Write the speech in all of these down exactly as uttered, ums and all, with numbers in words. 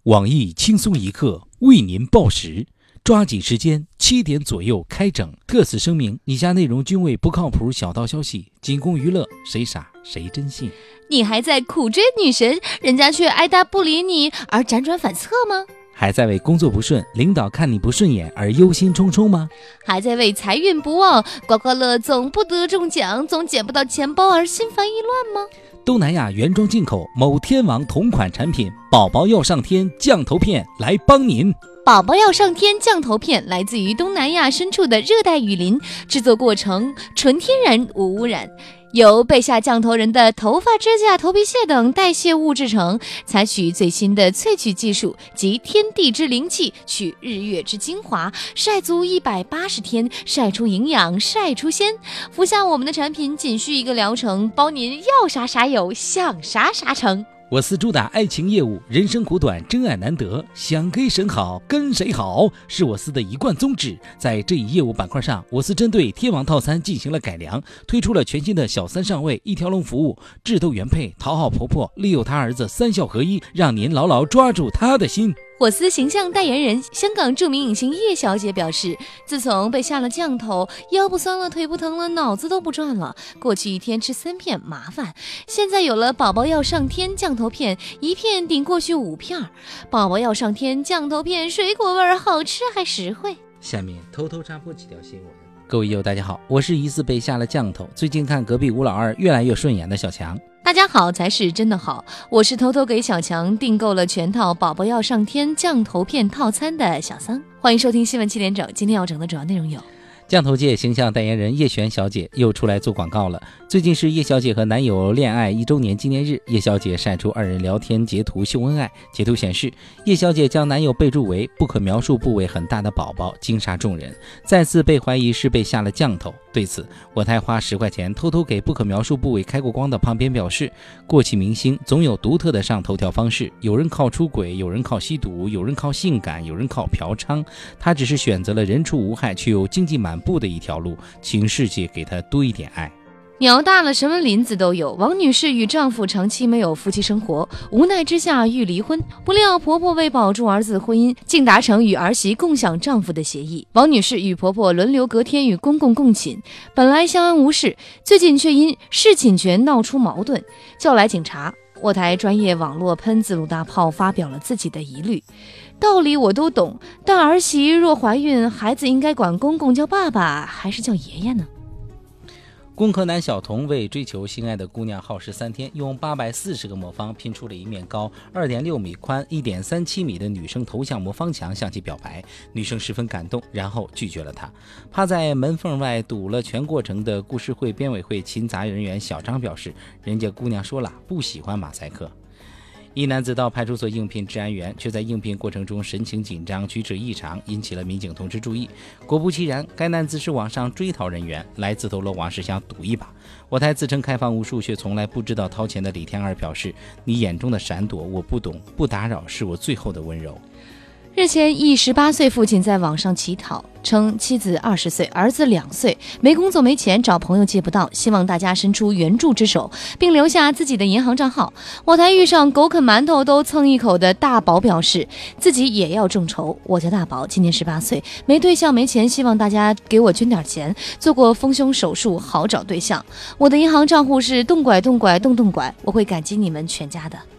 网易轻松一刻为您报时，抓紧时间，七点左右开整。特此声明，以下内容均为不靠谱小道消息，仅供娱乐，谁傻谁真信。 你还在苦追女神，人家却爱答不理你而辗转反侧吗？ 还在为工作不顺，领导看你不顺眼而忧心忡忡吗？ 还在为财运不旺，刮刮乐总不得中奖，总捡不到钱包而心烦意乱吗？ 东南亚原装进口某天王同款产品宝宝要上天降头片来帮您。 宝宝要上天降头片来自于东南亚深处的热带雨林，制作过程纯天然无污染，由被下降头人的头发、指甲、头皮屑等代谢物制成，采取最新的萃取技术及天地之灵气，取日月之精华，晒足一百八十天，晒出营养，晒出鲜。服下我们的产品仅需一个疗程，包您要啥啥有，想啥啥成。 我司主打爱情业务，人生苦短，真爱难得，想给谁好跟谁好是我司的一贯宗旨。在这一业务板块上，我司针对天王套餐进行了改良，推出了全新的小三上位一条龙服务，智斗原配，讨好婆婆，利诱他儿子，三效合一，让您牢牢抓住他的心。 我司形象代言人、香港著名影星叶小姐表示，自从被下了降头，腰不酸了，腿不疼了，脑子都不转了。过去一天吃三片麻烦，现在有了宝宝要上天降头片，一片顶过去五片。宝宝要上天降头片，水果味儿，好吃还实惠。 下面偷偷插播几条新闻。各位友大家好，我是疑似被下了降头，最近看隔壁吴老二越来越顺眼的小强。 大家好才是真的好，我是偷偷给小强订购了全套宝宝要上天降头片套餐的小桑。欢迎收听新闻七点整，今天要整的主要内容有： 降头界形象代言人叶璇小姐又出来做广告了。最近是叶小姐和男友恋爱一周年纪念日，叶小姐晒出二人聊天截图秀恩爱。截图显示，叶小姐将男友备注为不可描述部位很大的宝宝，惊煞众人，再次被怀疑是被下了降头。对此，我台花十块钱偷偷给不可描述部位开过光的旁边表示，过气明星总有独特的上头条方式，有人靠出轨，有人靠吸毒，有人靠性感，有人靠嫖娼，他只是选择了人畜无害却又经济满布的一条路，请世界给他多一点爱。 鸟大了什么林子都有。王女士与丈夫长期没有夫妻生活，无奈之下欲离婚，不料婆婆为保住儿子婚姻，竟达成与儿媳共享丈夫的协议。王女士与婆婆轮流隔天与公公共寝，本来相安无事，最近却因侍寝权闹出矛盾，叫来警察。我台专业网络喷子鲁大炮发表了自己的疑虑，道理我都懂，但儿媳若怀孕，孩子应该管公公叫爸爸还是叫爷爷呢？ 工科男小童为追求心爱的姑娘耗时三天，用八百四十个魔方拼出了一面高二点六米、宽一点三七米的女生头像魔方墙向其表白。女生十分感动，然后拒绝了他。趴在门缝外堵了全过程的故事会编委会勤杂人员小张表示，人家姑娘说了不喜欢马赛克。一男子到派出所应聘治安员，却在应聘过程中神情紧张，举止异常，引起了民警同志注意。果不其然，该男子是网上追逃人员，来自投罗网是想赌一把。我台自称开放无数却从来不知道掏钱的李天二表示，你眼中的闪躲我不懂，不打扰是我最后的温柔。 日前，一十八岁父亲在网上乞讨，称妻子二十岁，儿子两岁，没工作没钱，找朋友借不到，希望大家伸出援助之手，并留下自己的银行账号。我台遇上狗啃馒头都蹭一口的大宝表示，自己也要众筹。我叫大宝，今年十八岁，没对象没钱，希望大家给我捐点钱，做过丰胸手术，好找对象。我的银行账户是动拐动拐动动拐，我会感激你们全家的。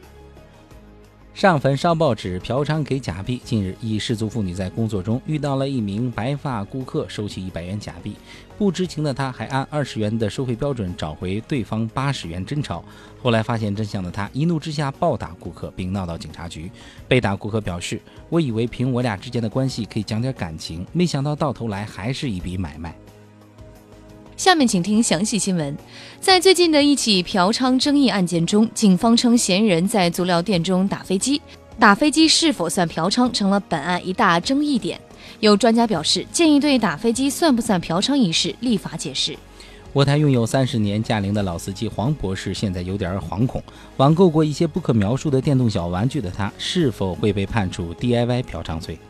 上坟烧报纸嫖娼给假币。近日，一失足妇女在工作中遇到了一名白发顾客，收起一百元假币，不知情的她还按二十元的收费标准找回对方八十元真钞。后来发现真相的她一怒之下暴打顾客，并闹到警察局。被打顾客表示，我以为凭我俩之间的关系可以讲点感情，没想到到头来还是一笔买卖。 下面请听详细新闻。在最近的一起嫖娼争议案件中，警方称嫌疑人在足疗店中打飞机，打飞机是否算嫖娼成了本案一大争议点。有专家表示，建议对打飞机算不算嫖娼一事立法解释。 我台拥有三十年驾龄的老司机黄博士现在有点惶恐，网购过一些不可描述的电动小玩具的他，是否会被判处 D I Y 嫖娼罪？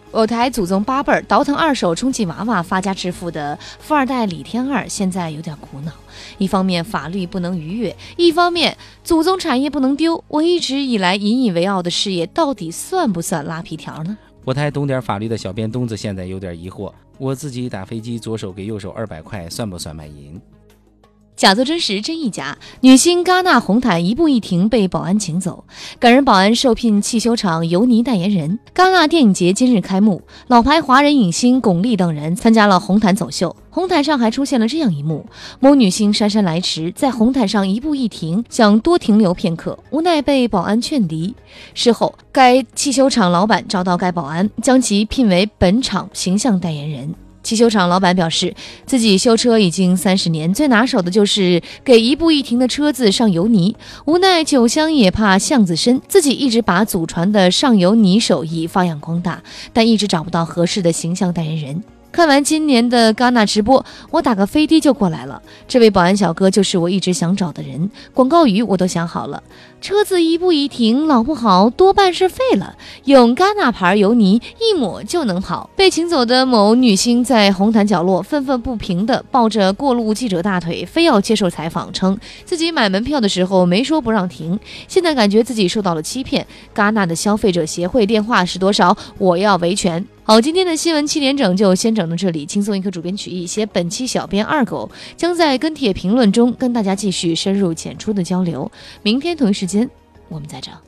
我台祖宗八辈儿倒腾二手充气娃娃发家致富的富二代李天二现在有点苦恼，一方面法律不能逾越，一方面祖宗产业不能丢，我一直以来引以为傲的事业到底算不算拉皮条呢？ 我台懂点法律的小编东子现在有点疑惑，我自己打飞机左手给右手二百块算不算卖淫？ 假作真实真亦假，女星戛纳红毯一步一停被保安请走，感人保安受聘汽修厂尤尼代言人。戛纳电影节今日开幕，老牌华人影星巩俐等人参加了红毯走秀。红毯上还出现了这样一幕，某女星姗姗来迟，在红毯上一步一停，想多停留片刻，无奈被保安劝离。事后，该汽修厂老板找到该保安，将其聘为本厂形象代言人。汽修厂老板表示，自己修车已经三十年，最拿手的就是给一步一停的车子上油泥。无奈酒香也怕巷子深，自己一直把祖传的上油泥手艺发扬光大，但一直找不到合适的形象代言人。看完今年的戛纳直播，我打个飞的就过来了。这位保安小哥就是我一直想找的人，广告语我都想好了，车子一步一停，老不好多半是废了，用戛纳牌油泥一抹就能跑。被请走的某女星在红毯角落愤愤不平地抱着过路记者大腿，非要接受采访，称自己买门票的时候没说不让停，现在感觉自己受到了欺骗。戛纳的消费者协会电话是多少？我要维权。好，今天的新闻七点整就先整到这里。轻松一刻主编曲艺写，本期小编二狗将在跟帖评论中跟大家继续深入浅出的交流。明天同一时间我们再整。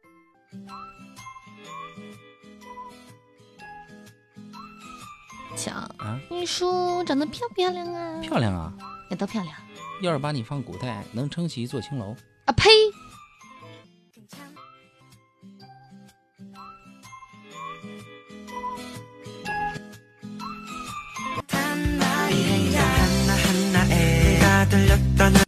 强啊，你说长得漂不漂亮啊？ 漂亮啊， 也都漂亮。 要是把你放古代，能撑起一座青楼啊！呸！